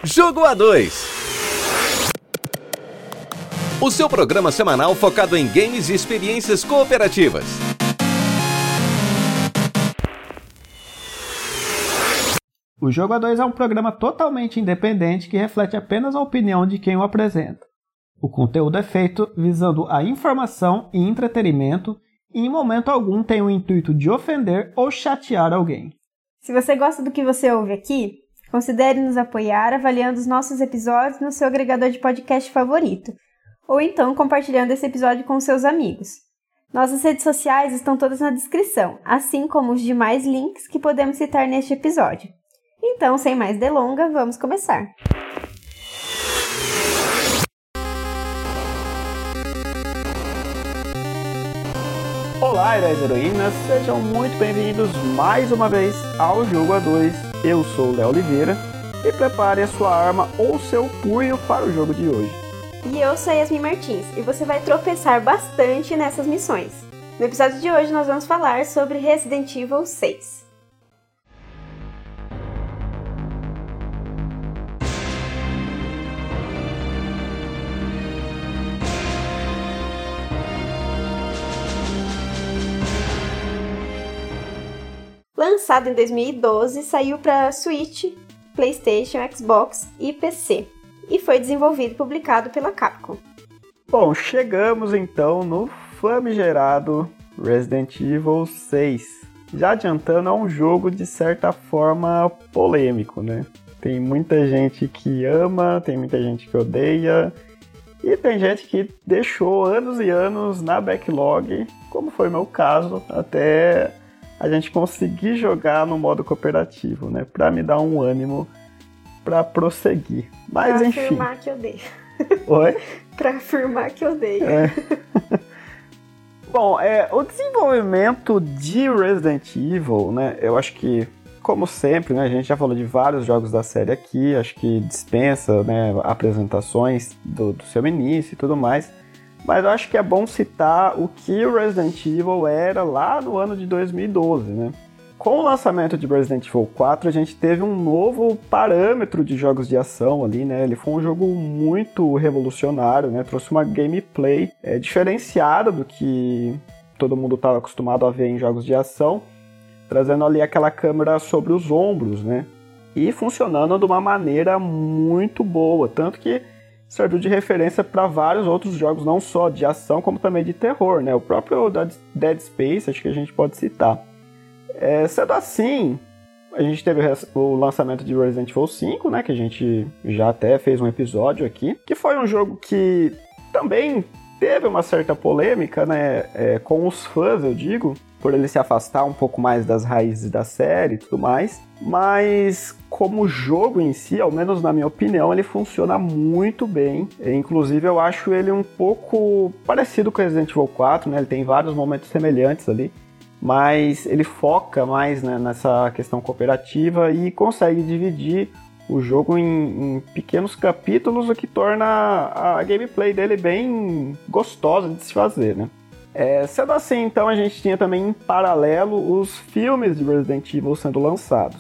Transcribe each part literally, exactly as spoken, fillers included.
Jogo A dois. O seu programa semanal focado em games e experiências cooperativas. O Jogo A dois é um programa totalmente independente que reflete apenas a opinião de quem o apresenta. O conteúdo é feito visando a informação e entretenimento e em momento algum tem o intuito de ofender ou chatear alguém. Se você gosta do que você ouve aqui, considere nos apoiar avaliando os nossos episódios no seu agregador de podcast favorito, ou então compartilhando esse episódio com seus amigos. Nossas redes sociais estão todas na descrição, assim como os demais links que podemos citar neste episódio. Então, sem mais delongas, vamos começar! Olá, heróis e heroínas, sejam muito bem-vindos mais uma vez ao Jogo A dois. Eu sou o Léo Oliveira e prepare a sua arma ou seu punho para o jogo de hoje. E eu sou a Yasmin Martins e você vai tropeçar bastante nessas missões. No episódio de hoje nós vamos falar sobre Resident Evil seis. Lançado em dois mil e doze, saiu para Switch, PlayStation, Xbox e P C, e foi desenvolvido e publicado pela Capcom. Bom, chegamos então no famigerado Resident Evil seis. Já adiantando, é um jogo de certa forma polêmico, né? Tem muita gente que ama, tem muita gente que odeia, e tem gente que deixou anos e anos na backlog, como foi o meu caso, até a gente conseguir jogar no modo cooperativo, né? Pra me dar um ânimo pra prosseguir. Mas pra enfim. Pra afirmar que eu odeio. Oi? Pra afirmar que eu odeio. É. Bom, é, o desenvolvimento de Resident Evil, né? Eu acho que, como sempre, né? A gente já falou de vários jogos da série aqui. Acho que dispensa, né, apresentações do, do seu início e tudo mais. Mas eu acho que é bom citar o que o Resident Evil era lá no ano de dois mil e doze, né? Com o lançamento de Resident Evil quatro, a gente teve um novo parâmetro de jogos de ação ali, né? Ele foi um jogo muito revolucionário, né? Trouxe uma gameplay é, diferenciada do que todo mundo estava acostumado a ver em jogos de ação, trazendo ali aquela câmera sobre os ombros, né? E funcionando de uma maneira muito boa, tanto que serviu de referência para vários outros jogos, não só de ação, como também de terror, né? O próprio Dead Space, acho que a gente pode citar. É, sendo assim, a gente teve o lançamento de Resident Evil cinco, né? Que a gente já até fez um episódio aqui, que foi um jogo que também teve uma certa polêmica, né? É, com os fãs, eu digo, por ele se afastar um pouco mais das raízes da série e tudo mais. Mas como jogo em si, ao menos na minha opinião, ele funciona muito bem. Inclusive eu acho ele um pouco parecido com Resident Evil quatro, né? Ele tem vários momentos semelhantes ali, mas ele foca mais, né, nessa questão cooperativa e consegue dividir o jogo em, em pequenos capítulos, o que torna a gameplay dele bem gostosa de se fazer, né? É, sendo assim, então, a gente tinha também em paralelo os filmes de Resident Evil sendo lançados.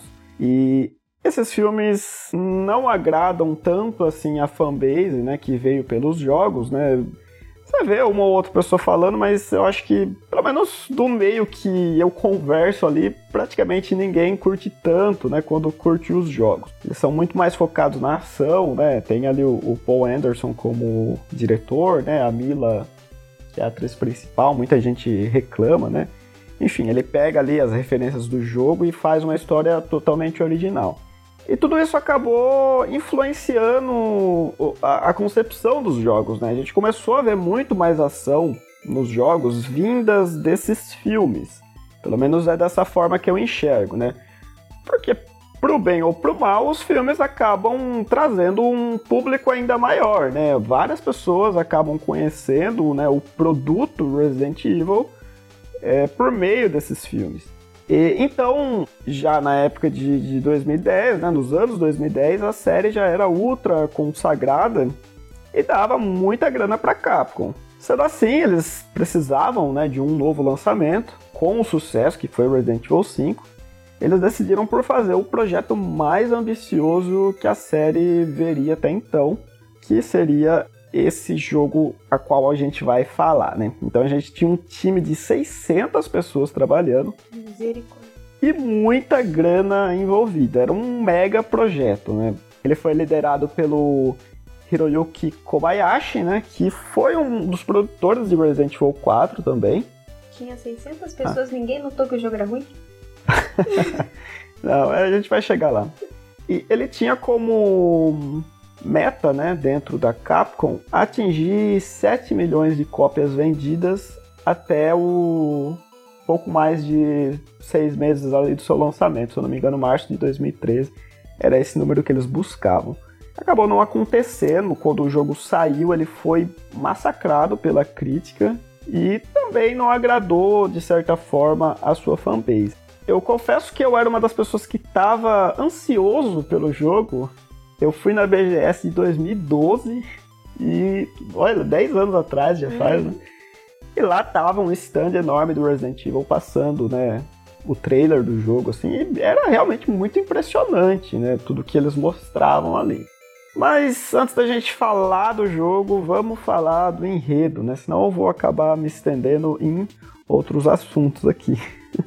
E esses filmes não agradam tanto assim a fanbase, né, que veio pelos jogos, né? Você vê uma ou outra pessoa falando, mas eu acho que, pelo menos do meio que eu converso ali, praticamente ninguém curte tanto, né, quando curte os jogos. Eles são muito mais focados na ação, né? Tem ali o, o Paul Anderson como diretor, né? A Mila, que é a atriz principal, muita gente reclama, né? Enfim, ele pega ali as referências do jogo e faz uma história totalmente original. E tudo isso acabou influenciando a, a concepção dos jogos, né? A gente começou a ver muito mais ação nos jogos vindas desses filmes. Pelo menos é dessa forma que eu enxergo, né? Porque, pro bem ou pro mal, os filmes acabam trazendo um público ainda maior, né? Várias pessoas acabam conhecendo, né, o produto Resident Evil é, por meio desses filmes. E, então, já na época de, de dois mil e dez, né, nos anos dois mil e dez, a série já era ultra consagrada e dava muita grana para Capcom. Sendo assim, eles precisavam, né, de um novo lançamento com o sucesso que foi Resident Evil cinco. eles decidiram por fazer o projeto mais ambicioso que a série veria até então, que seria esse jogo a qual a gente vai falar, né? Então a gente tinha um time de seiscentas pessoas trabalhando. Misericórdia. E muita grana envolvida. Era um mega projeto, né? Ele foi liderado pelo Hiroyuki Kobayashi, né? Que foi um dos produtores de Resident Evil quatro também. Tinha seiscentas pessoas, ah. Ninguém notou que o jogo era ruim? Não, a gente vai chegar lá. E ele tinha como meta, né, dentro da Capcom, atingir sete milhões de cópias vendidas até o pouco mais de seis meses ali do seu lançamento, se eu não me engano, março de dois mil e treze. Era esse número que eles buscavam. Acabou não acontecendo. Quando o jogo saiu, ele foi massacrado pela crítica e também não agradou, de certa forma, a sua fanbase. Eu confesso que eu era uma das pessoas que estava ansioso pelo jogo. Eu fui na B G S de dois mil e doze e, olha, dez anos atrás já faz, né? E lá tava um stand enorme do Resident Evil passando, né, o trailer do jogo, assim, e era realmente muito impressionante, né, tudo que eles mostravam ali. Mas antes da gente falar do jogo, vamos falar do enredo, né, senão eu vou acabar me estendendo em outros assuntos aqui.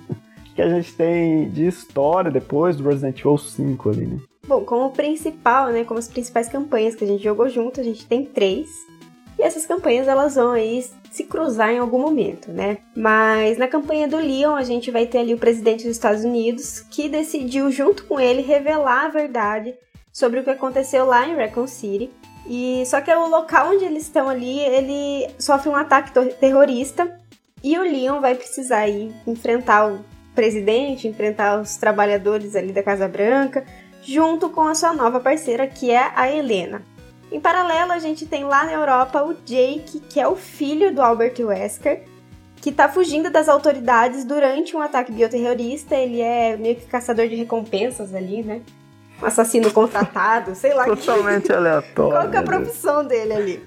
O que a gente tem de história depois do Resident Evil cinco ali, né? Bom, como principal, né, como as principais campanhas que a gente jogou junto, a gente tem três. E essas campanhas, elas vão aí se cruzar em algum momento, né? Mas na campanha do Leon, a gente vai ter ali o presidente dos Estados Unidos, que decidiu, junto com ele, revelar a verdade sobre o que aconteceu lá em Raccoon City. E só que o local onde eles estão ali, ele sofre um ataque terrorista. E o Leon vai precisar aí enfrentar o presidente, enfrentar os trabalhadores ali da Casa Branca, junto com a sua nova parceira, que é a Helena. Em paralelo, a gente tem lá na Europa o Jake, que é o filho do Albert Wesker, que tá fugindo das autoridades durante um ataque bioterrorista. Ele é meio que caçador de recompensas ali, né? Um assassino contratado, sei lá. Totalmente que... aleatório. Qual que é a profissão dele ali?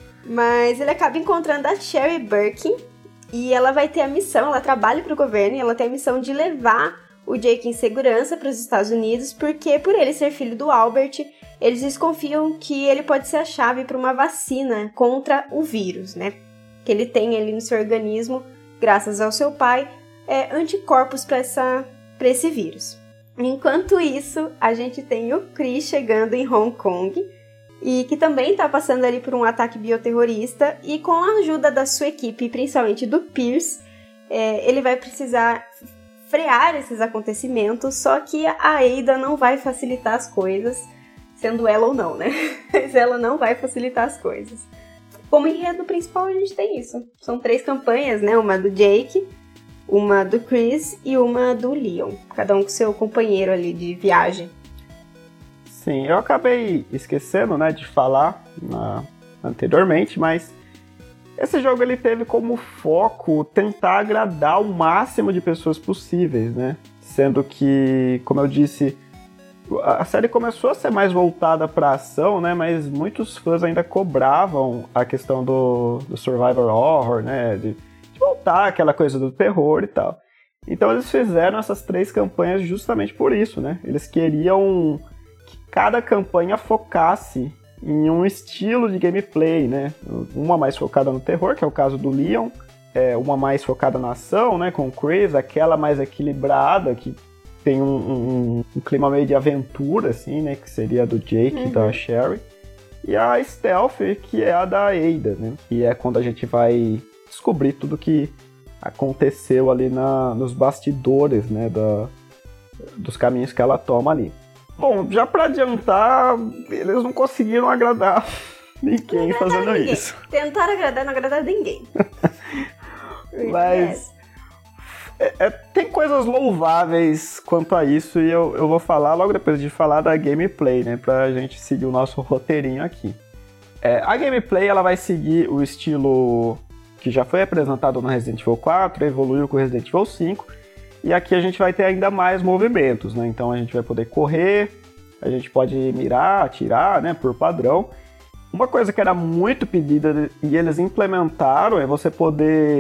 Mas ele acaba encontrando a Sherry Birkin, e ela vai ter a missão, ela trabalha pro governo, e ela tem a missão de levar o Jake em segurança para os Estados Unidos, porque por ele ser filho do Albert, eles desconfiam que ele pode ser a chave para uma vacina contra o vírus, né? Que ele tem ali no seu organismo, graças ao seu pai, é, anticorpos para esse vírus. Enquanto isso, a gente tem o Chris chegando em Hong Kong, e que também está passando ali por um ataque bioterrorista, e com a ajuda da sua equipe, principalmente do Pierce, é, ele vai precisar frear esses acontecimentos, só que a Ada não vai facilitar as coisas, sendo ela ou não, né? Mas ela não vai facilitar as coisas. Como enredo principal, a gente tem isso. São três campanhas, né? Uma do Jake, uma do Chris e uma do Leon. Cada um com seu companheiro ali de viagem. Sim, eu acabei esquecendo, né, de falar na, anteriormente, mas esse jogo ele teve como foco tentar agradar o máximo de pessoas possíveis, né? Sendo que, como eu disse, a série começou a ser mais voltada para ação, né? Mas muitos fãs ainda cobravam a questão do, do survival horror, né? De, de voltar aquela coisa do terror e tal. Então eles fizeram essas três campanhas justamente por isso, né? Eles queriam que cada campanha focasse em um estilo de gameplay, né? Uma mais focada no terror, que é o caso do Leon, é, uma mais focada na ação, né? Com o Chris, aquela mais equilibrada, que tem um, um, um clima meio de aventura, assim, né? Que seria a do Jake e uhum. da Sherry. E a Stealth, que é a da Ada, né? E é quando a gente vai descobrir tudo que aconteceu ali na, nos bastidores, né? Da, dos caminhos que ela toma ali. Bom, já pra adiantar, eles não conseguiram agradar ninguém não fazendo ninguém. isso. Tentaram agradar, não agradaram ninguém. Mas é, é, tem coisas louváveis quanto a isso e eu, eu vou falar logo depois de falar da gameplay, né? Pra gente seguir o nosso roteirinho aqui. É, a gameplay ela vai seguir o estilo que já foi apresentado no Resident Evil quatro, evoluiu com o Resident Evil cinco. E aqui a gente vai ter ainda mais movimentos, né? Então a gente vai poder correr, a gente pode mirar, atirar, né? Por padrão. Uma coisa que era muito pedida e eles implementaram é você poder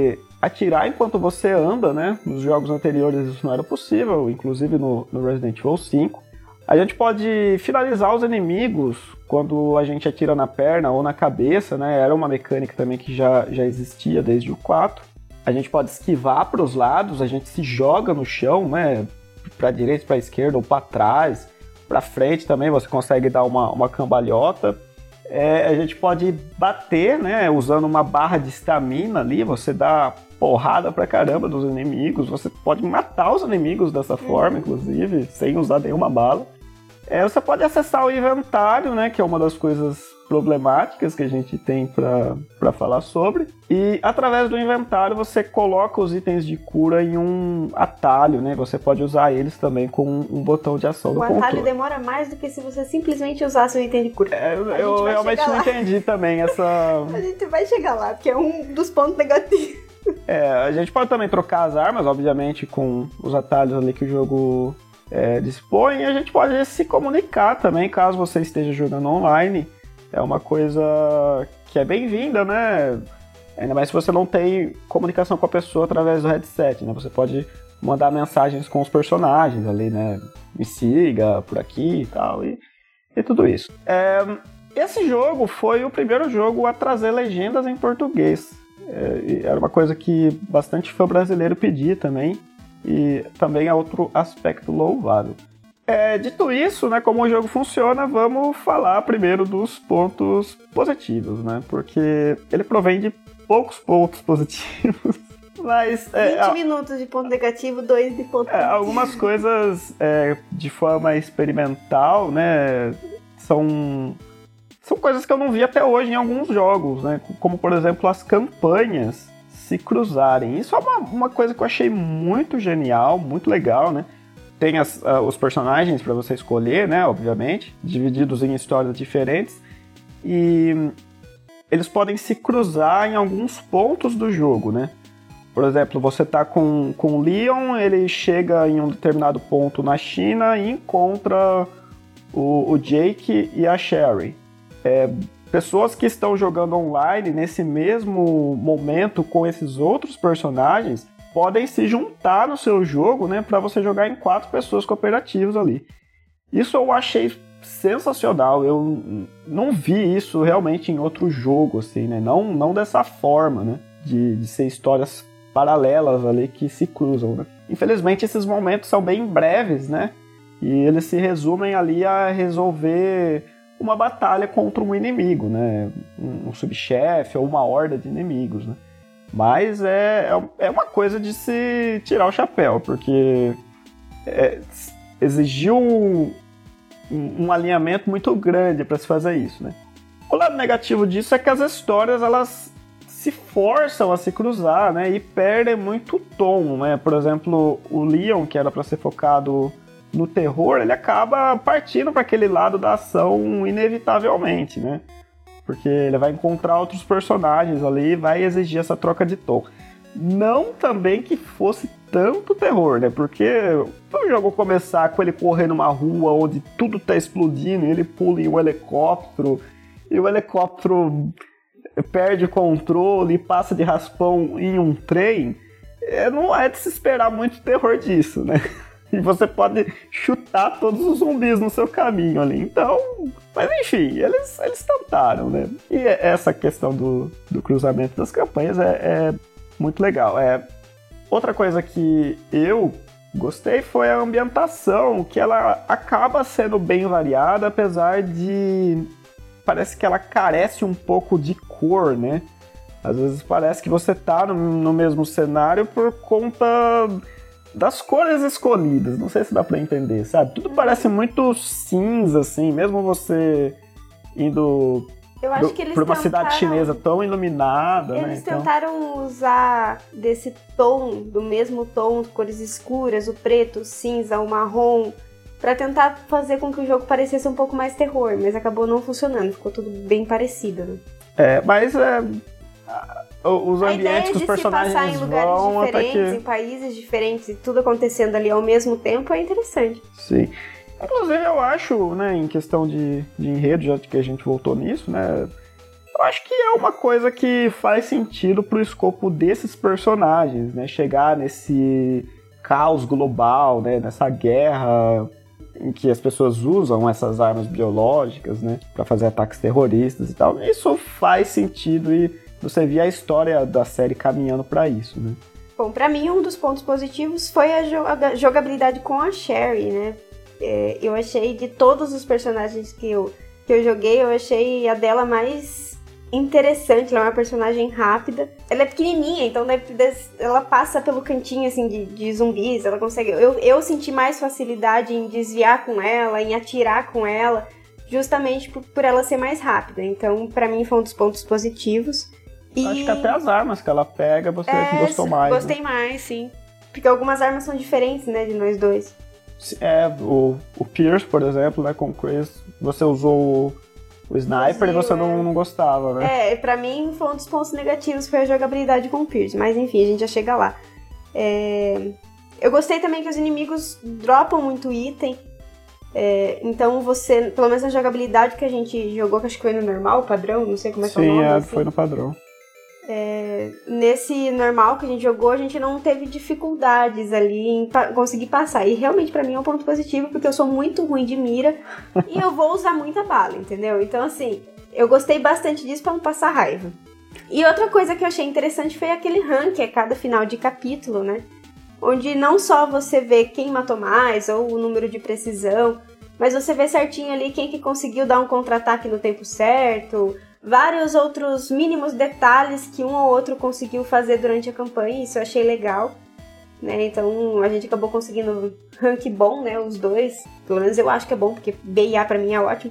atirar enquanto você anda, né? Nos jogos anteriores isso não era possível, inclusive no, no Resident Evil cinco. A gente pode finalizar os inimigos quando a gente atira na perna ou na cabeça, né? Era uma mecânica também que já, já existia desde o quatro. A gente pode esquivar para os lados, a gente se joga no chão, né? Para direita, para esquerda ou para trás. Para frente também você consegue dar uma, uma cambalhota. É, a gente pode bater, né? Usando uma barra de estamina ali, você dá porrada pra caramba dos inimigos. Você pode matar os inimigos dessa forma, inclusive, sem usar nenhuma bala. É, você pode acessar o inventário, né, que é uma das coisas problemáticas que a gente tem para falar sobre. E através do inventário você coloca os itens de cura em um atalho, né? Você pode usar eles também com um botão de ação do controle. O atalho demora mais do que se você simplesmente usasse o item de cura. É, eu eu realmente não entendi também essa... A gente vai chegar lá, porque é um dos pontos negativos. É, a gente pode também trocar as armas, obviamente, com os atalhos ali que o jogo é, dispõe. E a gente pode se comunicar também, caso você esteja jogando online. É uma coisa que é bem-vinda, né? Ainda mais se você não tem comunicação com a pessoa através do headset, né? Você pode mandar mensagens com os personagens ali, né? Me siga por aqui e tal, e, e tudo isso. É, esse jogo foi o primeiro jogo a trazer legendas em português. É, era uma coisa que bastante fã brasileiro pedia também, e também é outro aspecto louvável. É, dito isso, né, como o jogo funciona, vamos falar primeiro dos pontos positivos, né? Porque ele provém de poucos pontos positivos. Mas, é, vinte minutos de ponto negativo, dois de ponto positivo. É, algumas coisas é, de forma experimental, né? São, são coisas que eu não vi até hoje em alguns jogos, né? Como, por exemplo, as campanhas se cruzarem. Isso é uma, uma coisa que eu achei muito genial, muito legal, né? Tem as, uh, os personagens para você escolher, né, obviamente, divididos em histórias diferentes, e eles podem se cruzar em alguns pontos do jogo, né? Por exemplo, você tá com, com o Leon, ele chega em um determinado ponto na China e encontra o, o Jake e a Sherry. É, pessoas que estão jogando online nesse mesmo momento com esses outros personagens podem se juntar no seu jogo, né, para você jogar em quatro pessoas cooperativas ali. Isso eu achei sensacional. Eu não vi isso realmente em outro jogo, assim, né? Não, não dessa forma, né? De, de ser histórias paralelas ali que se cruzam, né? Infelizmente esses momentos são bem breves, né? E eles se resumem ali a resolver uma batalha contra um inimigo, né? Um, um subchefe ou uma horda de inimigos, né? Mas é, é uma coisa de se tirar o chapéu, porque é, exigiu um, um alinhamento muito grande para se fazer isso, né? O lado negativo disso é que as histórias elas se forçam a se cruzar, né? E perdem muito tom, né? Por exemplo, o Leon, que era para ser focado no terror, ele acaba partindo para aquele lado da ação inevitavelmente, né? Porque ele vai encontrar outros personagens ali e vai exigir essa troca de tom. Não também que fosse tanto terror, né? Porque o jogo começar com ele correndo numa rua onde tudo tá explodindo e ele pula em um helicóptero e o helicóptero perde o controle e passa de raspão em um trem, é, não é de se esperar muito terror disso, né? E você pode chutar todos os zumbis no seu caminho ali. Então, mas enfim, eles, eles tentaram, né? E essa questão do, do cruzamento das campanhas é, é muito legal. É, outra coisa que eu gostei foi a ambientação, que ela acaba sendo bem variada, apesar de... Parece que ela carece um pouco de cor, né? Às vezes parece que você tá no, no mesmo cenário por conta das cores escolhidas, não sei se dá pra entender, sabe? Tudo parece muito cinza, assim, mesmo você indo Eu acho que eles pra uma tentaram... cidade chinesa tão iluminada, Eles né? Então... tentaram usar desse tom, do mesmo tom, cores escuras, o preto, o cinza, o marrom, pra tentar fazer com que o jogo parecesse um pouco mais terror, mas acabou não funcionando, ficou tudo bem parecido, né? É, mas é... os ambientes que os personagens a ideia de se passar em lugares vão, diferentes, que... em países diferentes, e tudo acontecendo ali ao mesmo tempo é interessante. Sim. Inclusive eu acho, né, em questão de, de enredo, já que a gente voltou nisso, né, Eu acho que é uma coisa que faz sentido pro escopo desses personagens, né? Chegar nesse caos global, né? Nessa guerra em que as pessoas usam essas armas biológicas, né? Pra fazer ataques terroristas e tal. Isso faz sentido e você vê a história da série caminhando pra isso, né? Bom, pra mim um dos pontos positivos foi a jogabilidade com a Sherry, né? É, eu achei de todos os personagens que eu, que eu joguei, eu achei a dela mais interessante. Ela é uma personagem rápida. Ela é pequenininha, então ela passa pelo cantinho assim, de, de zumbis. Ela consegue. Eu, eu senti mais facilidade em desviar com ela, em atirar com ela, justamente por, por ela ser mais rápida. Então, pra mim, foi um dos pontos positivos. E... Acho que até as armas que ela pega, você é, gostou mais. Gostei né? mais, sim. Porque algumas armas são diferentes, né, de nós dois. É, o, o Pierce, por exemplo, né, com o Chris, você usou o, o Sniper Fuzil, e você é. não, não gostava, né? É, pra mim foi um dos pontos negativos, foi a jogabilidade com o Pierce. Mas enfim, a gente já chega lá. É... Eu gostei também que os inimigos dropam muito item. É, então você, pelo menos na jogabilidade que a gente jogou, que acho que foi no normal, padrão, não sei como é que é o nome. Sim, é, assim. foi no padrão. É, nesse normal que a gente jogou, a gente não teve dificuldades ali em pa- conseguir passar. E realmente pra mim é um ponto positivo, porque eu sou muito ruim de mira e eu vou usar muita bala, entendeu? Então assim, eu gostei bastante disso pra não passar raiva. E outra coisa que eu achei interessante foi aquele rank a cada final de capítulo, né? Onde não só você vê quem matou mais ou o número de precisão, mas você vê certinho ali quem que conseguiu dar um contra-ataque no tempo certo, vários outros mínimos detalhes que um ou outro conseguiu fazer durante a campanha. Isso eu achei legal, né? Então a gente acabou conseguindo rank bom, né? Os dois, pelo menos eu acho que é bom, porque B e A pra mim é ótimo.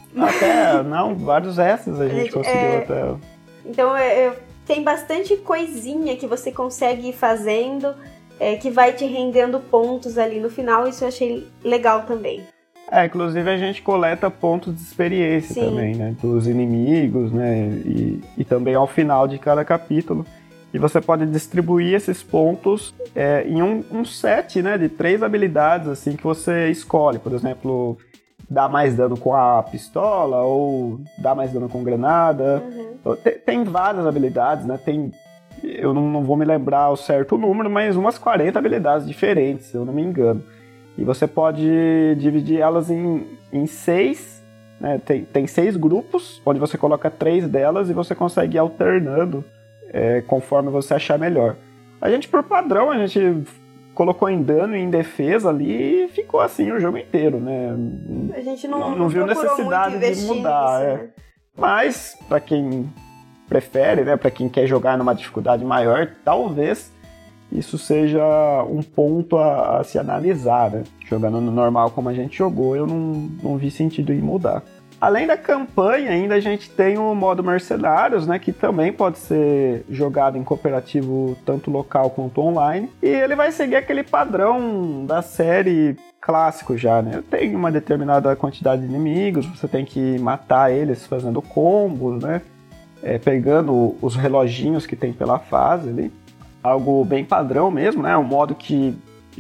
Até, não, vários S's a gente, a gente conseguiu é... até. Então é, é, tem bastante coisinha que você consegue ir fazendo, é, que vai te rendendo pontos ali no final. Isso eu achei legal também. É, inclusive a gente coleta pontos de experiência Sim. também, né? Dos inimigos, né? E, e também ao final de cada capítulo. E você pode distribuir esses pontos é, em um, um set, né? De três habilidades, assim, que você escolhe. Por exemplo, dar mais dano com a pistola ou dar mais dano com granada. Uhum. Tem, tem várias habilidades, né? Tem... Eu não, não vou me lembrar o certo número, mas umas quarenta habilidades diferentes, se eu não me engano. E você pode dividir elas em, em seis, né? Tem, tem seis grupos, onde você coloca três delas e você consegue ir alternando é, conforme você achar melhor. A gente, por padrão, a gente colocou em dano e em defesa ali e ficou assim o jogo inteiro, né? A gente não, não, não viu necessidade de mudar. Nisso, é. né? Mas, para quem prefere, né? Para quem quer jogar numa dificuldade maior, talvez isso seja um ponto a, a se analisar, né? Jogando no normal como a gente jogou, eu não, não vi sentido em mudar. Além da campanha, ainda a gente tem o modo Mercenários, né? Que também pode ser jogado em cooperativo tanto local quanto online. E ele vai seguir aquele padrão da série clássico já, né? Tem uma determinada quantidade de inimigos, você tem que matar eles fazendo combos, né? É, pegando os reloginhos que tem pela fase ali. Algo bem padrão mesmo, né? Um modo que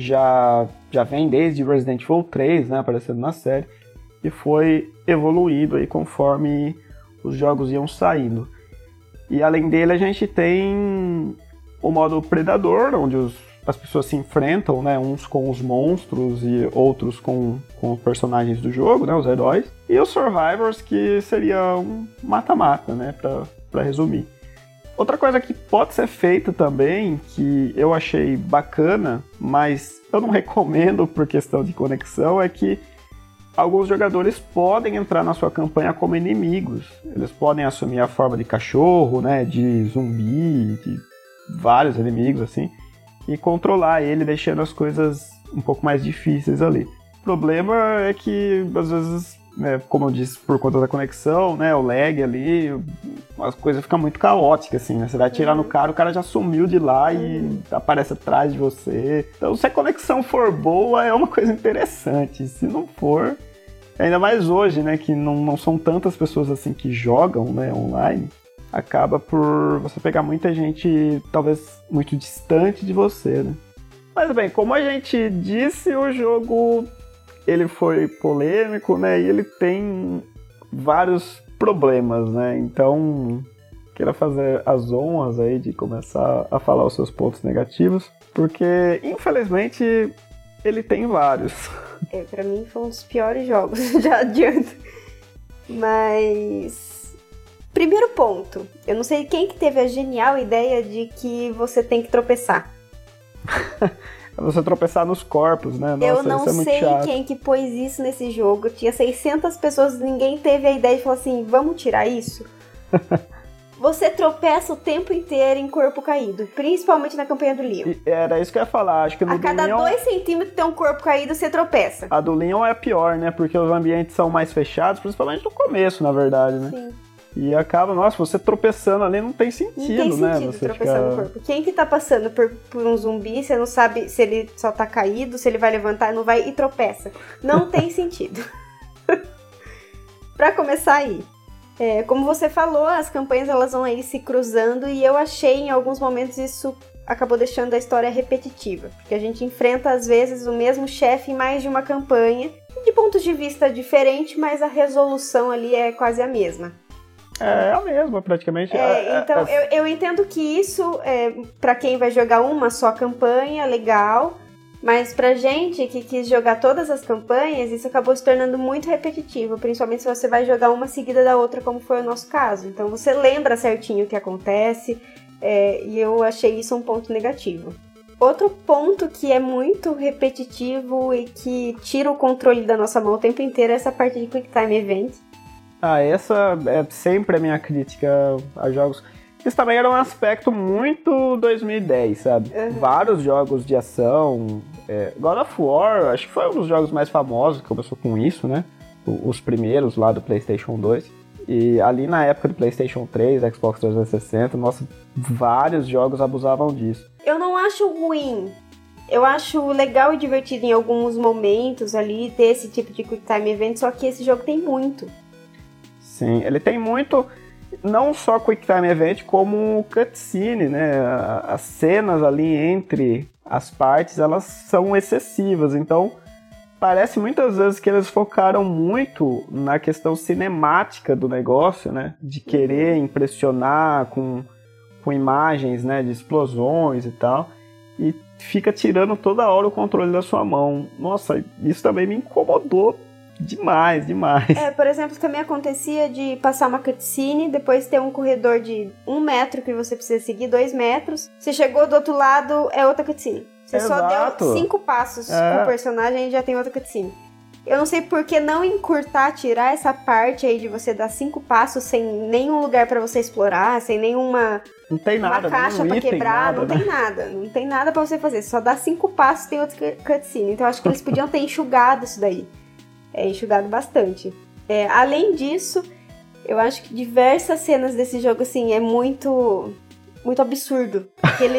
já, já vem desde Resident Evil três, né? Aparecendo na série. E foi evoluído aí conforme os jogos iam saindo. E além dele a gente tem o modo Predador, onde os, as pessoas se enfrentam, né? Uns com os monstros e outros com, com os personagens do jogo, né? Os heróis. E os Survivors, que seria um mata-mata, né? Pra, pra resumir. Outra coisa que pode ser feita também, que eu achei bacana, mas eu não recomendo por questão de conexão, é que alguns jogadores podem entrar na sua campanha como inimigos. Eles podem assumir a forma de cachorro, né, de zumbi, de vários inimigos, assim, e controlar ele, deixando as coisas um pouco mais difíceis ali. O problema é que, às vezes, né, como eu disse, por conta da conexão, né, o lag ali, as coisas ficam muito caóticas, assim, né? Você vai atirar no cara, o cara já sumiu de lá e aparece atrás de você. Então, se a conexão for boa, é uma coisa interessante. Se não for, ainda mais hoje, né, que não, não são tantas pessoas assim que jogam, né, online, acaba por você pegar muita gente, talvez, muito distante de você, né? Mas bem, como a gente disse, o jogo ele foi polêmico, né? E ele tem vários problemas, né? Então, queira fazer as honras aí de começar a falar os seus pontos negativos, porque, infelizmente, ele tem vários. É, pra mim foi um dos piores jogos, já adianto. Mas... Primeiro ponto, eu não sei quem que teve a genial ideia de que você tem que tropeçar. Você tropeçar nos corpos, né? Nossa, eu não isso é muito sei chato. Quem que pôs isso nesse jogo. Tinha seiscentas pessoas, ninguém teve a ideia de falar assim, vamos tirar isso? Você tropeça o tempo inteiro em corpo caído, principalmente na campanha do Leon. E era isso que eu ia falar, acho que no A cada Leon, dois centímetros tem um corpo caído, você tropeça. a do Leon é pior, né? Porque os ambientes são mais fechados, principalmente no começo, na verdade, né? Sim. E acaba, nossa, você tropeçando ali não tem sentido, Não tem né? sentido Você tropeçar fica... no corpo. Quem que tá passando por, por um zumbi, você não sabe se ele só tá caído, se ele vai levantar, não vai, e tropeça. Não tem sentido. Pra começar aí, é, como você falou, as campanhas elas vão aí se cruzando e eu achei em alguns momentos isso acabou deixando a história repetitiva. Porque a gente enfrenta às vezes o mesmo chefe em mais de uma campanha, de pontos de vista diferentes, mas a resolução ali é quase a mesma. É a mesma, praticamente. É, então, é, eu, eu entendo que isso, é, pra quem vai jogar uma só campanha, legal, mas pra gente que quis jogar todas as campanhas, isso acabou se tornando muito repetitivo, principalmente se você vai jogar uma seguida da outra, como foi o nosso caso. Então, você lembra certinho o que acontece, é, e eu achei isso um ponto negativo. Outro ponto que é muito repetitivo e que tira o controle da nossa mão o tempo inteiro é essa parte de Quick Time Event. Ah, essa é sempre a minha crítica a jogos. Isso também era um aspecto muito dois mil e dez, sabe? Uhum. Vários jogos de ação. É, God of War, acho que foi um dos jogos mais famosos que começou com isso, né? Os primeiros lá do PlayStation dois. E ali na época do PlayStation três, Xbox trezentos e sessenta, nossa, vários jogos abusavam disso. Eu não acho ruim. Eu acho legal e divertido em alguns momentos ali ter esse tipo de Quick Time Event, só que esse jogo tem muito. Sim, ele tem muito, não só Quick Time Event, como cutscene, né? As cenas ali entre as partes, elas são excessivas, então parece muitas vezes que eles focaram muito na questão cinemática do negócio, né? De querer impressionar com, com imagens, né? De explosões e tal, e fica tirando toda hora o controle da sua mão. Nossa, isso também me incomodou demais, demais. É, por exemplo, também acontecia de passar uma cutscene, depois ter um corredor de um metro que você precisa seguir, dois metros. Você chegou do outro lado, é outra cutscene. Você Exato. só deu cinco passos é. com o personagem e já tem outra cutscene. Eu não sei por que não encurtar, tirar essa parte aí de você dar cinco passos sem nenhum lugar pra você explorar, sem nenhuma não tem nada, uma caixa pra item, quebrar, nada, não né? tem nada. Não tem nada pra você fazer. Só dá cinco passos tem outra cutscene. Então eu acho que eles podiam ter enxugado isso daí. É enxugado bastante. É, além disso, eu acho que diversas cenas desse jogo, assim, é muito, muito absurdo. Aquele...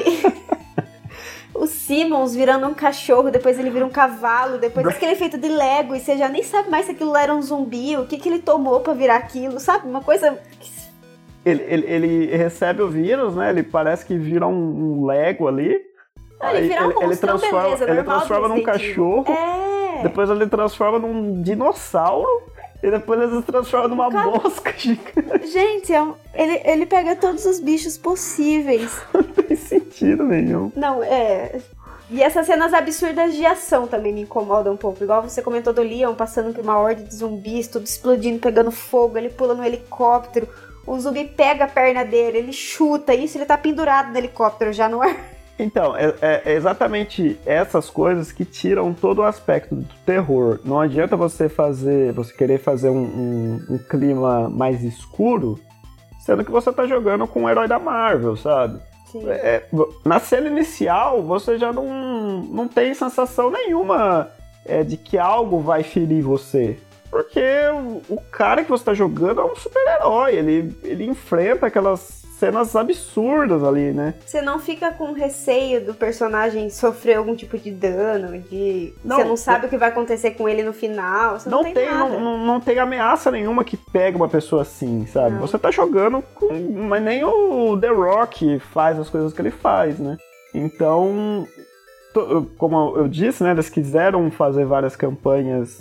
o Simmons virando um cachorro, depois ele vira um cavalo, depois aquele efeito de Lego, e você já nem sabe mais se aquilo era um zumbi, o que, que ele tomou pra virar aquilo, sabe? Uma coisa... Ele, ele, ele recebe o vírus, né? Ele parece que vira um, um Lego ali. Ah, ele vira um monstro, ele transforma, beleza, ele normal transforma num cachorro. É. Depois ele transforma num dinossauro. E depois ele se transforma numa Cara, mosca gigante. Gente, é um, ele, ele pega todos os bichos possíveis. Não tem sentido nenhum. Não, é... E essas cenas absurdas de ação também me incomodam um pouco. Igual você comentou do Leon passando por uma horda de zumbis, tudo explodindo, pegando fogo, ele pula no helicóptero, o zumbi pega a perna dele, ele chuta, isso ele tá pendurado no helicóptero já no ar. Então, é, é exatamente essas coisas que tiram todo o aspecto do terror. Não adianta você fazer, você querer fazer um, um, um clima mais escuro, sendo que você tá jogando com um herói da Marvel, sabe? Sim. É, na cena inicial, você já não, não tem sensação nenhuma é, de que algo vai ferir você. Porque o, o cara que você tá jogando é um super-herói, ele, ele enfrenta aquelas cenas absurdas ali, né? Você não fica com receio do personagem sofrer algum tipo de dano, de não, você não sabe não, o que vai acontecer com ele no final, você não, não tem, tem nada. Não, não, não tem ameaça nenhuma que pega uma pessoa assim, sabe? Não. Você tá jogando com... Mas nem o The Rock faz as coisas que ele faz, né? Então, como eu disse, né? Eles quiseram fazer várias campanhas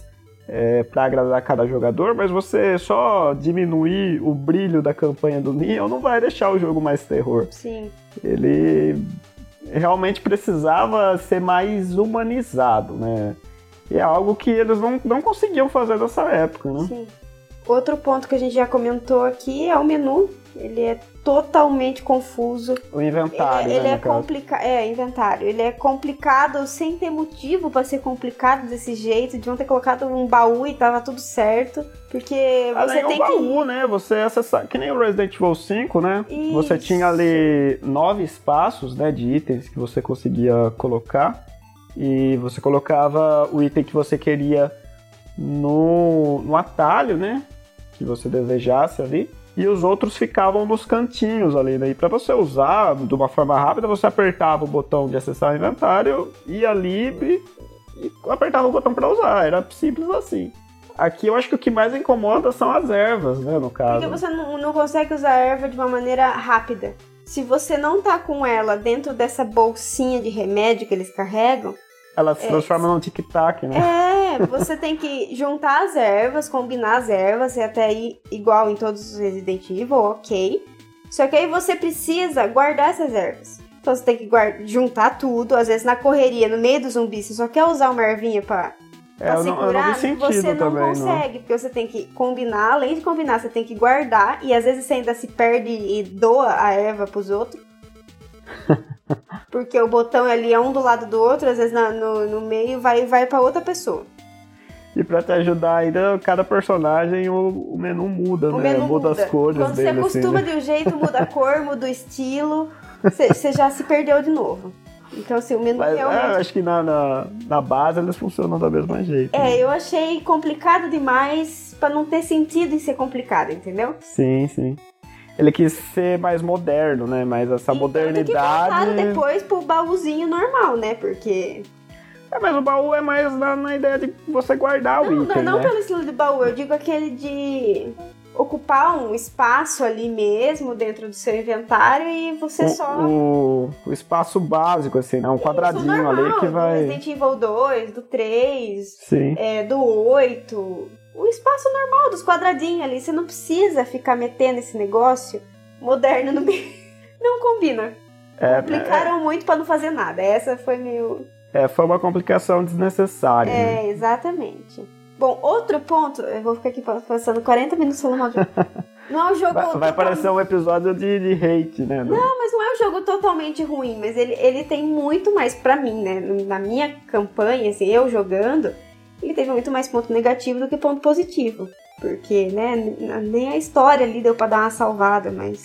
é, para agradar cada jogador, mas você só diminuir o brilho da campanha do Neon não vai deixar o jogo mais terror. Sim. Ele realmente precisava ser mais humanizado, né? E é algo que eles não, não conseguiam fazer nessa época, né? Sim. Outro ponto que a gente já comentou aqui é o menu. Ele é totalmente confuso. O inventário, Ele, é, ele né, é complicado. É, inventário. Ele é complicado sem ter motivo pra ser complicado desse jeito. Deviam ter colocado um baú e tava tudo certo. Porque você Além tem do que... baú, né? Você acessar, que nem o Resident Evil cinco, né? Isso. Você tinha ali nove espaços, né, de itens que você conseguia colocar. E você colocava o item que você queria no, no atalho, né? Que você desejasse ali. E os outros ficavam nos cantinhos ali, né? E para você usar de uma forma rápida, você apertava o botão de acessar o inventário, ia livre e apertava o botão para usar. Era simples assim. Aqui eu acho que o que mais incomoda são as ervas, né, no caso. Porque você não, não consegue usar a erva de uma maneira rápida. Se você não tá com ela dentro dessa bolsinha de remédio que eles carregam... Ela se transforma é, num tic-tac, né? É, você tem que juntar as ervas, combinar as ervas, e até aí igual em todos os Resident Evil, ok. Só que aí você precisa guardar essas ervas. Então você tem que guardar, juntar tudo, às vezes na correria, no meio do zumbi, você só quer usar uma ervinha pra... Pra é, se eu não, curar, eu não vi sentido você não também, consegue, não. porque você tem que combinar, além de combinar, você tem que guardar, e às vezes você ainda se perde e doa a erva pros outros. Porque o botão ali é um do lado do outro, às vezes na, no, no meio vai, vai pra outra pessoa. E pra te ajudar ainda, cada personagem, o, o menu muda, o né? Menu muda, muda as cores Quando dele, você acostuma assim, né? de um jeito, muda a cor, muda o estilo, você, você já se perdeu de novo. Então, assim, o menu Mas, realmente... é, acho que na, na, na base eles funcionam da mesma jeito. É, né? eu achei complicado demais pra não ter sentido em ser complicado, entendeu? Sim, sim. Ele quis ser mais moderno, né? Mas essa e modernidade... que voltaram depois pro baúzinho normal, né? Porque... É, mas o baú é mais na, na ideia de você guardar não, o item, não, não né? pelo estilo de baú, eu digo aquele de ocupar um espaço ali mesmo dentro do seu inventário e você o, só... O, o espaço básico, assim, né? Um Isso, quadradinho normal, ali que vai... Do Resident Evil dois, do três, Sim. é, do oito... O espaço normal dos quadradinhos ali. Você não precisa ficar metendo esse negócio moderno no meio. Não combina. É, Complicaram é, muito pra não fazer nada. Essa foi meio... É, foi uma complicação desnecessária. É, né? exatamente. Bom, outro ponto... Eu vou ficar aqui passando quarenta minutos falando mal de jogo. Não é um jogo... Vai, vai totalmente... parecer um episódio de, de hate, né? Não, mas não é um jogo totalmente ruim. Mas ele, ele tem muito mais pra mim, né? Na minha campanha, assim, eu jogando... Ele teve muito mais ponto negativo do que ponto positivo. Porque, né, nem a história ali deu pra dar uma salvada, mas...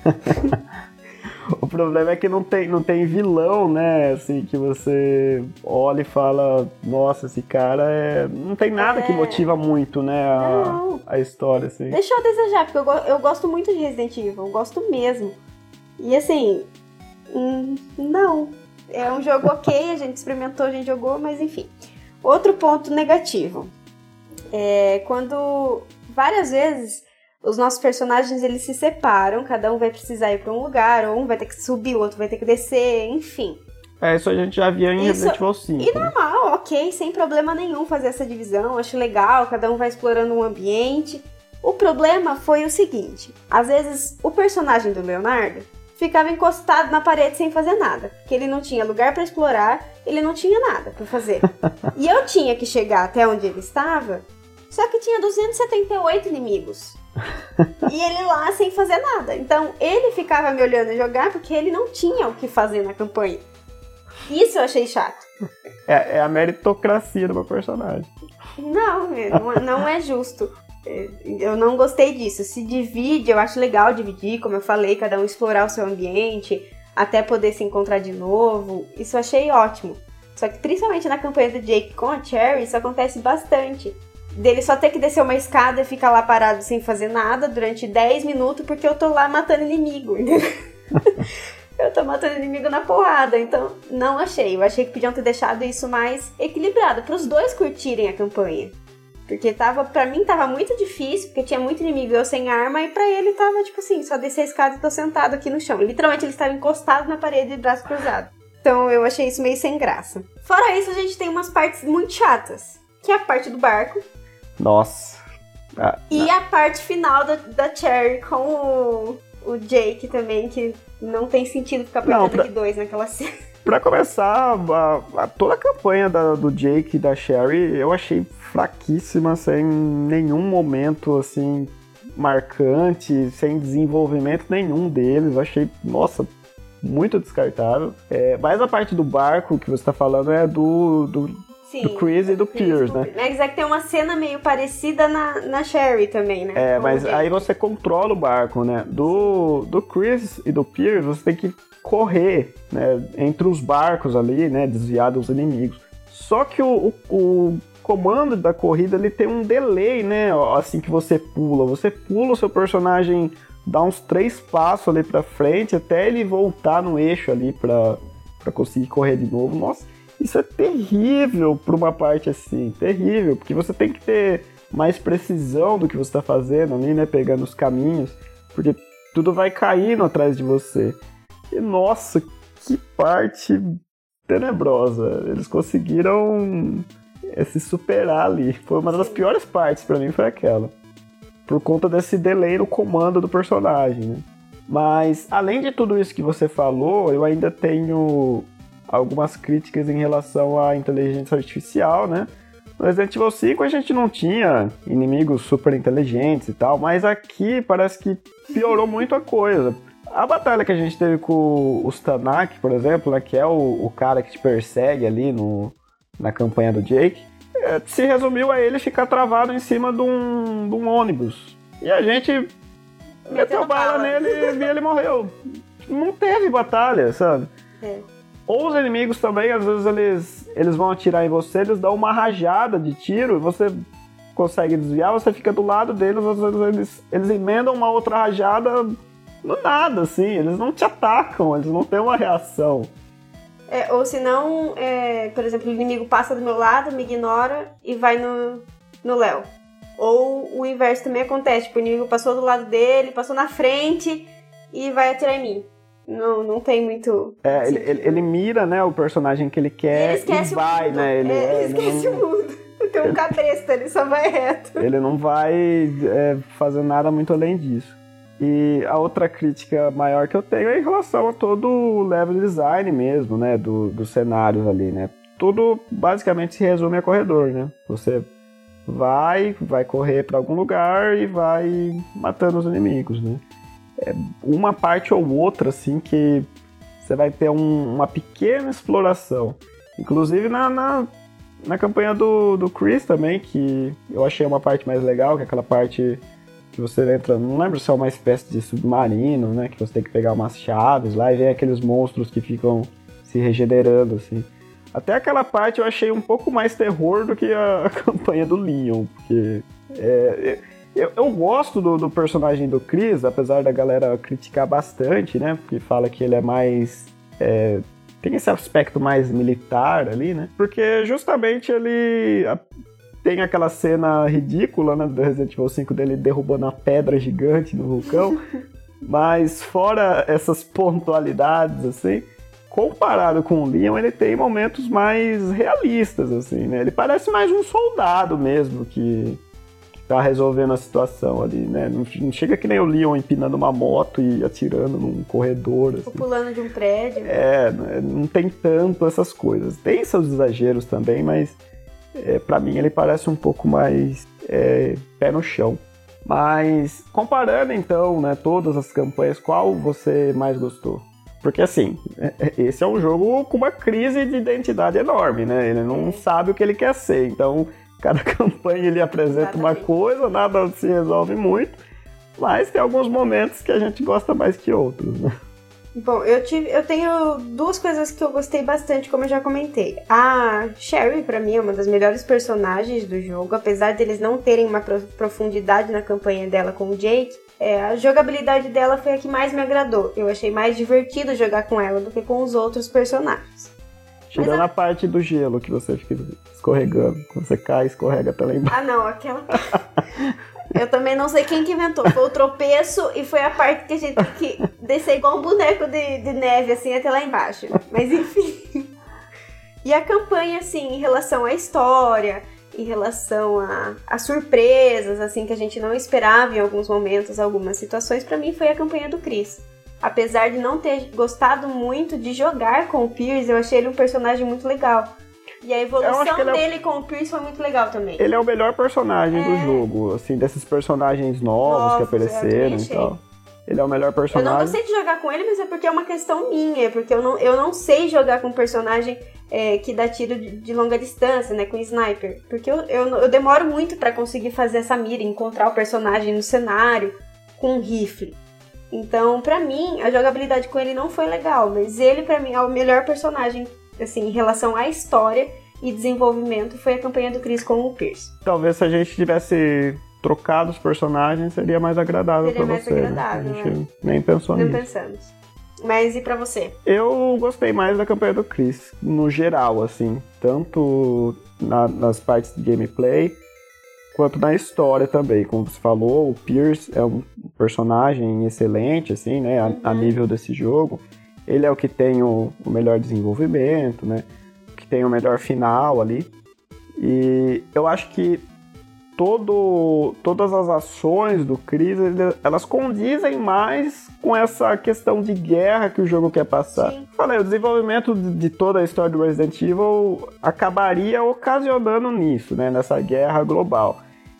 O problema é que não tem, não tem vilão, né, assim, que você olha e fala, nossa, esse cara é... Não tem nada é... que motiva muito, né, a, a história, assim. Deixa eu desejar, porque eu, go- eu gosto muito de Resident Evil, eu gosto mesmo. E assim, hum, não. É um jogo ok, a gente experimentou, a gente jogou, mas enfim... Outro ponto negativo é quando várias vezes os nossos personagens eles se separam, cada um vai precisar ir para um lugar, ou um vai ter que subir, o outro vai ter que descer, enfim. É, isso a gente já via em Isso, Resident Evil cinco. E normal, né? Ok, sem problema nenhum fazer essa divisão, acho legal, cada um vai explorando um ambiente. O problema foi o seguinte, às vezes o personagem do Leonardo ficava encostado na parede sem fazer nada, porque ele não tinha lugar para explorar, ele não tinha nada para fazer. E eu tinha que chegar até onde ele estava, só que tinha duzentos e setenta e oito inimigos. E ele lá sem fazer nada. Então ele ficava me olhando jogar porque ele não tinha o que fazer na campanha. Isso eu achei chato. É, é a meritocracia do meu personagem. Não, não, não é justo. Eu não gostei disso. Se divide, eu acho legal dividir, como eu falei, cada um explorar o seu ambiente, até poder se encontrar de novo. Isso eu achei ótimo. Só que principalmente na campanha do Jake com a Cherry, isso acontece bastante. Dele só ter que descer uma escada e ficar lá parado sem fazer nada durante dez minutos porque eu tô lá matando inimigo, entendeu? Eu tô matando inimigo na porrada, então não achei. Eu achei que podiam ter deixado isso mais equilibrado, pros dois curtirem a campanha. Porque tava, pra mim tava muito difícil, porque tinha muito inimigo e eu sem arma, e pra ele tava tipo assim, só descer a escada e tô sentado aqui no chão. Literalmente ele estava encostado na parede de braço cruzado. Então eu achei isso meio sem graça. Fora isso, a gente tem umas partes muito chatas, que é a parte do barco. Nossa. Ah, e ah. a parte final da, da Cherry com o, o Jake também, que não tem sentido ficar apertando pra... aqui dois naquela cena. Pra começar, a, a, toda a campanha da, do Jake e da Cherry eu achei fraquíssima, sem nenhum momento, assim, marcante, sem desenvolvimento nenhum deles. Eu achei, nossa, muito descartável. É, mas a parte do barco que você tá falando é do, do, Sim, do Chris e do Pierce, né? Mas é que tem uma cena meio parecida na, na Cherry também, né? É, mas aí você controla o barco, né? Do, do Chris e do Pierce, você tem que correr, né, entre os barcos ali, né, desviar dos inimigos. Só que o, o, o comando da corrida, ele tem um delay, né, assim que você pula. Você pula, o seu personagem dá uns três passos ali pra frente, até ele voltar no eixo ali pra, pra conseguir correr de novo. Nossa, isso é terrível pra uma parte assim, terrível, porque você tem que ter mais precisão do que você tá fazendo ali, né, pegando os caminhos, porque tudo vai caindo atrás de você. E, nossa, que parte tenebrosa. Eles conseguiram é, se superar ali. Foi uma das piores partes pra mim, foi aquela. Por conta desse delay no comando do personagem, né? Mas, além de tudo isso que você falou, eu ainda tenho algumas críticas em relação à inteligência artificial, né? No Resident Evil cinco a gente não tinha inimigos super inteligentes e tal, mas aqui parece que piorou muito a coisa. A batalha que a gente teve com o Stanak, por exemplo, né, que é o, o cara que te persegue ali no, na campanha do Jake, é, se resumiu a ele ficar travado em cima de um, de um ônibus. E a gente meteu bala nele e ele morreu. Não teve batalha, sabe? É. Ou os inimigos também, às vezes eles, eles vão atirar em você, eles dão uma rajada de tiro e você consegue desviar, você fica do lado deles, às vezes eles, eles emendam uma outra rajada... No nada, assim, eles não te atacam, eles não têm uma reação. É, ou senão, é, por exemplo, o inimigo passa do meu lado, me ignora e vai no, no Léo. Ou o inverso também acontece, tipo, o inimigo passou do lado dele, passou na frente e vai atirar em mim. Não, não tem muito... É, ele, ele, ele mira, né, o personagem que ele quer e, ele e vai, né? Ele, é, ele esquece não... o mundo. Tem um cabresto, ele só vai reto. Ele não vai é, fazer nada muito além disso. E a outra crítica maior que eu tenho é em relação a todo o level design mesmo, né, do, dos cenários ali, né. Tudo basicamente se resume a corredor, né. Você vai, vai correr para algum lugar e vai matando os inimigos, né. É uma parte ou outra, assim, que você vai ter um, uma pequena exploração. Inclusive na, na, na campanha do, do Chris também, que eu achei uma parte mais legal, que é aquela parte... que você entra, não lembro se é uma espécie de submarino, né, que você tem que pegar umas chaves lá e vem aqueles monstros que ficam se regenerando, assim. Até aquela parte eu achei um pouco mais terror do que a, a campanha do Leon, porque é, eu, eu gosto do, do personagem do Chris, apesar da galera criticar bastante, né, porque fala que ele é mais... É, tem esse aspecto mais militar ali, né, porque justamente ele... A, tem aquela cena ridícula, né, do Resident Evil cinco dele derrubando a pedra gigante no vulcão, mas fora essas pontualidades, assim, comparado com o Leon, ele tem momentos mais realistas, assim, né, ele parece mais um soldado mesmo que, que tá resolvendo a situação ali, né, não, não chega que nem o Leon empinando uma moto e atirando num corredor, assim. Ou pulando de um prédio. É, não tem tanto essas coisas, tem seus exageros também, mas... É, pra mim ele parece um pouco mais é, pé no chão. Mas comparando então, né, todas as campanhas, qual você mais gostou? Porque assim, esse é um jogo com uma crise de identidade enorme, né? Ele não sabe o que ele quer ser. Então, cada campanha ele apresenta Exatamente. Uma coisa, nada se resolve muito. Mas tem alguns momentos que a gente gosta mais que outros, né? Bom, eu, tive, eu tenho duas coisas que eu gostei bastante, como eu já comentei. A Cherry, pra mim, é uma das melhores personagens do jogo, apesar deles não terem uma profundidade na campanha dela com o Jake. É, a jogabilidade dela foi a que mais me agradou. Eu achei mais divertido jogar com ela do que com os outros personagens. Tirando a... a parte do gelo, que você fica escorregando. Quando você cai, escorrega até lá embaixo. Ah, não, aquela... Eu também não sei quem que inventou. Foi o tropeço e foi a parte que a gente tem que descer igual um boneco de, de neve, assim, até lá embaixo. Mas enfim. E a campanha, assim, em relação à história, em relação a, a surpresas, assim, que a gente não esperava em alguns momentos, algumas situações, pra mim foi a campanha do Chris. Apesar de não ter gostado muito de jogar com o Pierce, eu achei ele um personagem muito legal. E a evolução dele é... com o Pierce foi muito legal também. Ele é o melhor personagem é... do jogo, assim, desses personagens novos, novos que apareceram e tal. Ele é o melhor personagem. Eu não gostei de jogar com ele, mas é porque é uma questão minha, porque eu não, eu não sei jogar com um personagem é, que dá tiro de, de longa distância, né, com sniper. Porque eu, eu, eu demoro muito pra conseguir fazer essa mira, encontrar o personagem no cenário com um rifle. Então, pra mim, a jogabilidade com ele não foi legal, mas ele, pra mim, é o melhor personagem, assim, em relação à história e desenvolvimento, foi a campanha do Chris com o Pierce. Talvez se a gente tivesse trocado os personagens, seria mais agradável seria pra mais você. Seria mais agradável, né? A gente né? nem pensou não nisso. Não pensamos. Mas e pra você? Eu gostei mais da campanha do Chris, no geral, assim. Tanto na, nas partes de gameplay, quanto na história também. Como você falou, o Pierce é um personagem excelente, assim, né? A, uhum. a nível desse jogo. Ele é o que tem o, o melhor desenvolvimento, né? O que tem o melhor final ali. E eu acho que todo, todas as ações do Chris, elas condizem mais com essa questão de guerra que o jogo quer passar. Sim. Falei, o desenvolvimento de toda a história do Resident Evil acabaria ocasionando nisso, né? Nessa guerra global.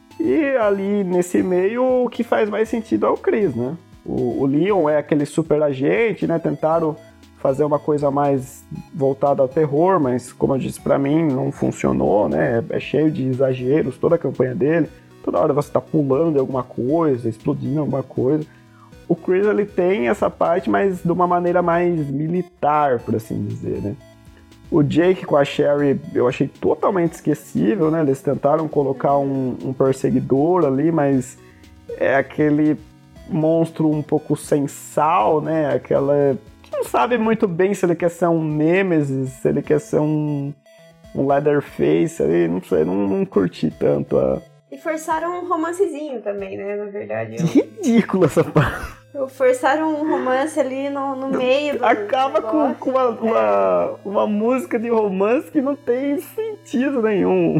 E ali nesse meio, o que faz mais sentido é o Chris, né? O, o Leon é aquele super agente, né? Tentaram fazer uma coisa mais voltada ao terror, mas como eu disse, pra mim não funcionou, né? É cheio de exageros, toda a campanha dele. Toda hora você tá pulando de alguma coisa, explodindo alguma coisa. O Chris, ele tem essa parte, mas de uma maneira mais militar, por assim dizer, né? O Jake com a Sherry eu achei totalmente esquecível, né? Eles tentaram colocar um, um perseguidor ali, mas é aquele monstro um pouco sem sal, né? Aquela... não sabe muito bem se ele quer ser um Nemesis, se ele quer ser um, um Leatherface, ali, não sei, não, não curti tanto a... E forçaram um romancezinho também, né, na verdade. Eu... Ridículo essa parte. Forçaram um romance ali no, no meio do Acaba com, com uma, uma, uma música de romance que não tem sentido nenhum.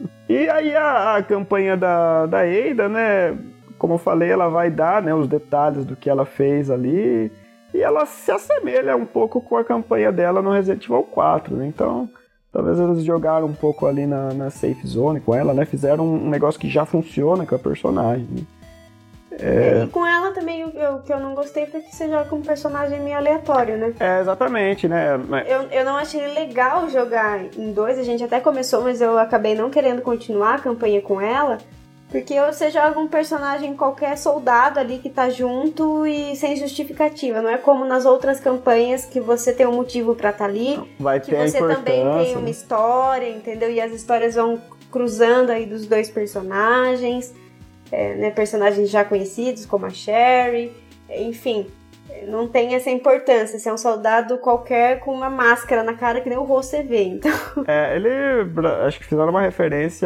E aí a, a campanha da, da Ada, né, como eu falei, ela vai dar, né, os detalhes do que ela fez ali... E ela se assemelha um pouco com a campanha dela no Resident Evil quatro, né? Então, talvez eles jogaram um pouco ali na, na safe zone com ela, né? Fizeram um negócio que já funciona com a personagem. Né? É... E com ela também, o que eu não gostei foi que você joga com um personagem meio aleatório, né? É, exatamente, né? Eu, eu não achei legal jogar em dois, a gente até começou, mas eu acabei não querendo continuar a campanha com ela. Porque você joga um personagem, qualquer soldado ali que tá junto e sem justificativa. Não é como nas outras campanhas que você tem um motivo pra estar tá ali. Vai que ter você também tem uma história, entendeu? E as histórias vão cruzando aí dos dois personagens. É, né? Personagens já conhecidos, como a Sherry. Enfim, não tem essa importância. Você é um soldado qualquer com uma máscara na cara que nem o rosto você vê. Então... É, ele... Acho que fizeram uma referência...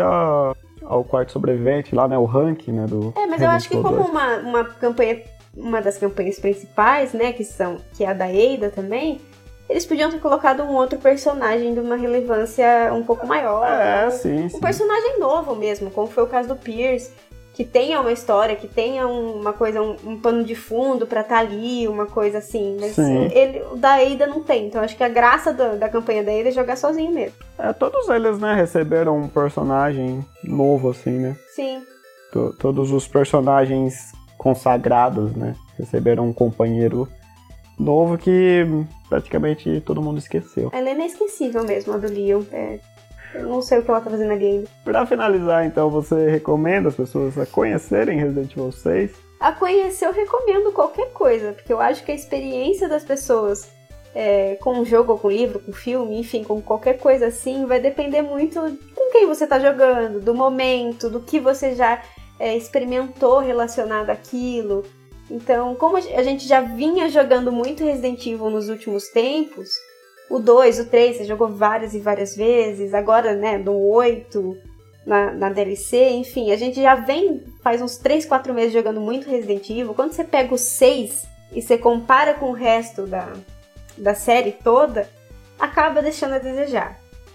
ao quarto sobrevivente lá, né, o ranking, né, do... É, mas eu acho que como uma, uma campanha, uma das campanhas principais, né, que são, que é a da Ada também, eles podiam ter colocado um outro personagem de uma relevância um pouco maior. É, né? sim, Um sim. personagem novo mesmo, como foi o caso do Pierce, que tenha uma história, que tenha uma coisa, um, um pano de fundo pra estar ali, uma coisa assim. Mas ele, o da Ada não tem. Então acho que a graça do, da campanha da Ada é jogar sozinho mesmo. É, todos eles, né, receberam um personagem novo, assim, né? Sim. T- todos os personagens consagrados, né, receberam um companheiro novo que praticamente todo mundo esqueceu. Ela é inesquecível mesmo, a do Leon. É... Eu não sei o que ela tá fazendo ali ainda. Pra finalizar, então, você recomenda as pessoas a conhecerem Resident Evil seis? A conhecer eu recomendo qualquer coisa, porque eu acho que a experiência das pessoas é, com um jogo, ou com livro, com filme, enfim, com qualquer coisa assim, vai depender muito com quem você tá jogando, do momento, do que você já é, experimentou relacionado àquilo. Então, como a gente já vinha jogando muito Resident Evil nos últimos tempos, o dois, o três, você jogou várias e várias vezes, agora, né, no oito, na, na D L C, enfim, a gente já vem, faz uns três, quatro meses jogando muito Resident Evil. Quando você pega o seis e você compara com o resto da, da série toda, acaba deixando a desejar.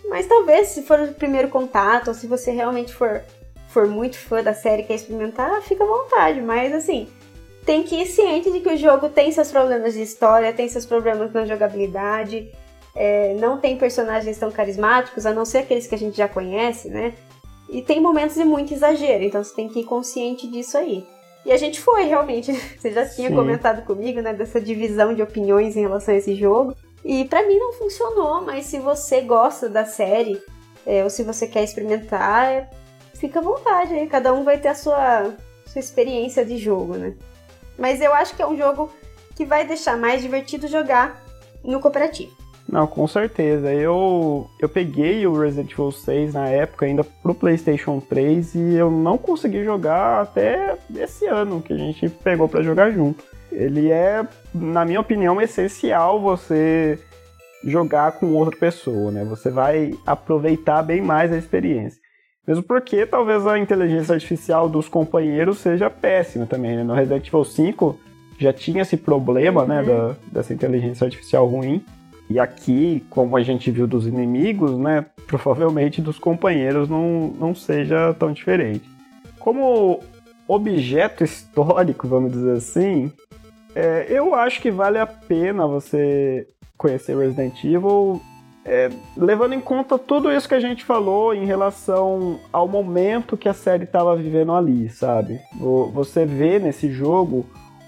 Mas talvez, se for o primeiro contato, ou se você realmente for, for muito fã da série e quer experimentar, fica à vontade. Mas, assim, tem que ir ciente de que o jogo tem seus problemas de história, tem seus problemas na jogabilidade, é, não tem personagens tão carismáticos, a não ser aqueles que a gente já conhece, né? E tem momentos de muito exagero, então você tem que ir consciente disso aí. E a gente foi, realmente. Você já tinha Sim. comentado comigo, né, dessa divisão de opiniões em relação a esse jogo. E pra mim não funcionou, mas se você gosta da série, é, ou se você quer experimentar, é, fica à vontade aí. Cada um vai ter a sua, sua experiência de jogo, né? Mas eu acho que é um jogo que vai deixar mais divertido jogar no cooperativo. Não, com certeza. Eu, eu peguei o Resident Evil seis na época ainda pro PlayStation três e eu não consegui jogar até esse ano que a gente pegou pra jogar junto. Ele é, na minha opinião, essencial você jogar com outra pessoa, né? Você vai aproveitar bem mais a experiência. Mesmo porque talvez a inteligência artificial dos companheiros seja péssima também, né? No Resident Evil cinco já tinha esse problema, uhum. né, da, dessa inteligência artificial ruim. E aqui, como a gente viu dos inimigos, né, provavelmente dos companheiros não, não seja tão diferente. Como objeto histórico, vamos dizer assim, é, eu acho que vale a pena você conhecer Resident Evil, é, levando em conta tudo isso que a gente falou em relação ao momento que a série estava vivendo ali, sabe? Você vê nesse jogo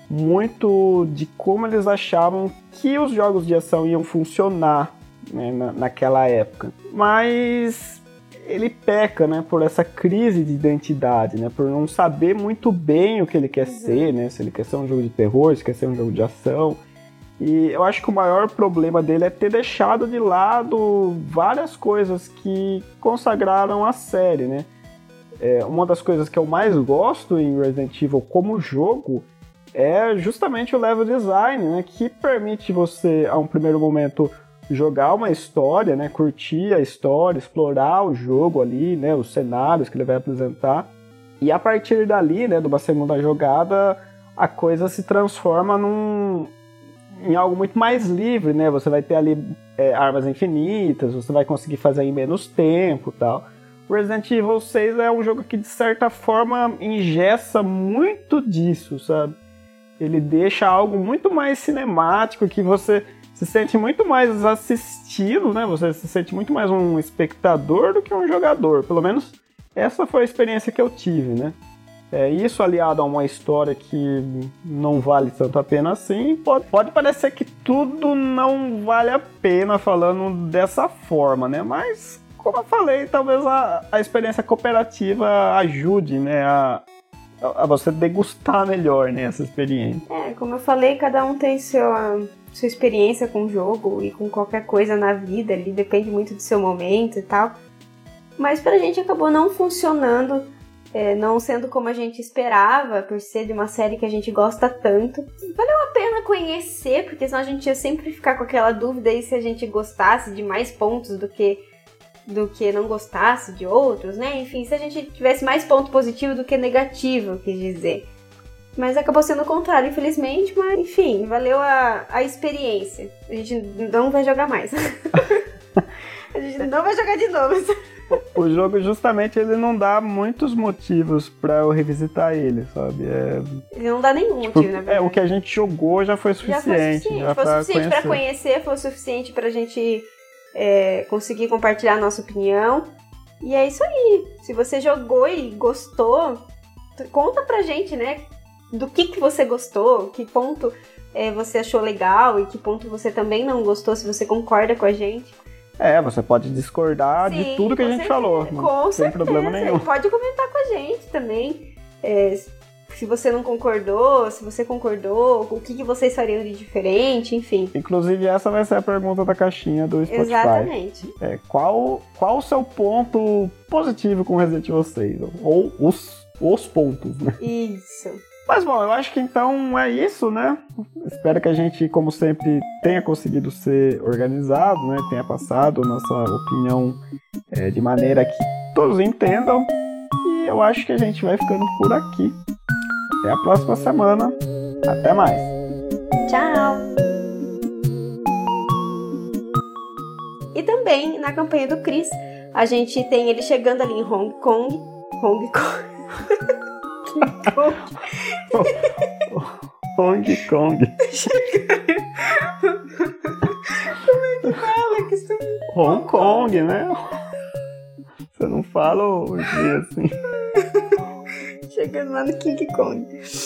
muito de como eles achavam que os jogos de ação iam funcionar, né, na, naquela época. Mas ele peca, né, por essa crise de identidade, né, por não saber muito bem o que ele quer uhum. ser, né, se ele quer ser um jogo de terror, se quer ser um jogo de ação. E eu acho que o maior problema dele é ter deixado de lado várias coisas que consagraram a série, né. É, uma das coisas que eu mais gosto em Resident Evil como jogo é justamente o level design, né, que permite você, a um primeiro momento, jogar uma história, né, curtir a história, explorar o jogo ali, né, os cenários que ele vai apresentar. E a partir dali, né, de uma segunda jogada, a coisa se transforma num, em algo muito mais livre, né? Você vai ter ali é, armas infinitas, você vai conseguir fazer em menos tempo e tal. Resident Evil seis é um jogo que, de certa forma, engessa muito disso, sabe? Ele deixa algo muito mais cinemático, que você se sente muito mais assistido, né? Você se sente muito mais um espectador do que um jogador. Pelo menos essa foi a experiência que eu tive, né? É, isso aliado a uma história que não vale tanto a pena assim, pode, pode parecer que tudo não vale a pena falando dessa forma, né? Mas, como eu falei, talvez a, a experiência cooperativa ajude, né? A, a você degustar melhor, né, essa experiência. É, como eu falei, cada um tem sua, sua experiência com o jogo e com qualquer coisa na vida, ele depende muito do seu momento e tal. Mas pra gente acabou não funcionando, é, não sendo como a gente esperava, por ser de uma série que a gente gosta tanto. Valeu a pena conhecer, porque senão a gente ia sempre ficar com aquela dúvida aí se a gente gostasse de mais pontos do que... do que não gostasse de outros, né? Enfim, se a gente tivesse mais ponto positivo do que negativo, eu quis dizer. Mas acabou sendo o contrário, infelizmente, mas enfim, valeu a, a experiência. A gente não vai jogar mais. A gente não vai jogar de novo. O jogo, justamente, ele não dá muitos motivos pra eu revisitar ele, sabe? É... Ele não dá nenhum tipo, motivo, na verdade. É, o que a gente jogou já foi suficiente. Já foi suficiente, já foi pra suficiente conhecer. pra conhecer, foi o suficiente pra gente... É, conseguir compartilhar a nossa opinião. E é isso aí. Se você jogou e gostou, conta pra gente, né? Do que, que você gostou, que ponto é, você achou legal e que ponto você também não gostou, se você concorda com a gente. É, você pode discordar Sim, de tudo que a gente certeza. falou. Com não certeza. tem problema nenhum. Pode comentar com a gente também. É, se você não concordou, se você concordou, o que, que vocês fariam de diferente, enfim. Inclusive, essa vai ser a pergunta da caixinha do Spotify. Exatamente. É, qual, qual o seu ponto positivo com Resident Evil seis? Ou os, os pontos, né? Isso. Mas, bom, eu acho que então é isso, né? Espero que a gente, como sempre, tenha conseguido ser organizado, né? Tenha passado nossa opinião é, de maneira que todos entendam. E eu acho que a gente vai ficando por aqui. Até a próxima semana. Até mais. Tchau. E também também na campanha do Chris. A gente tem ele chegando ali em Hong Kong. Hong Kong. Hong Kong. Como é que fala? Que isso... Hong Kong, né? Você não fala o dia assim. Chegando lá no King Kong.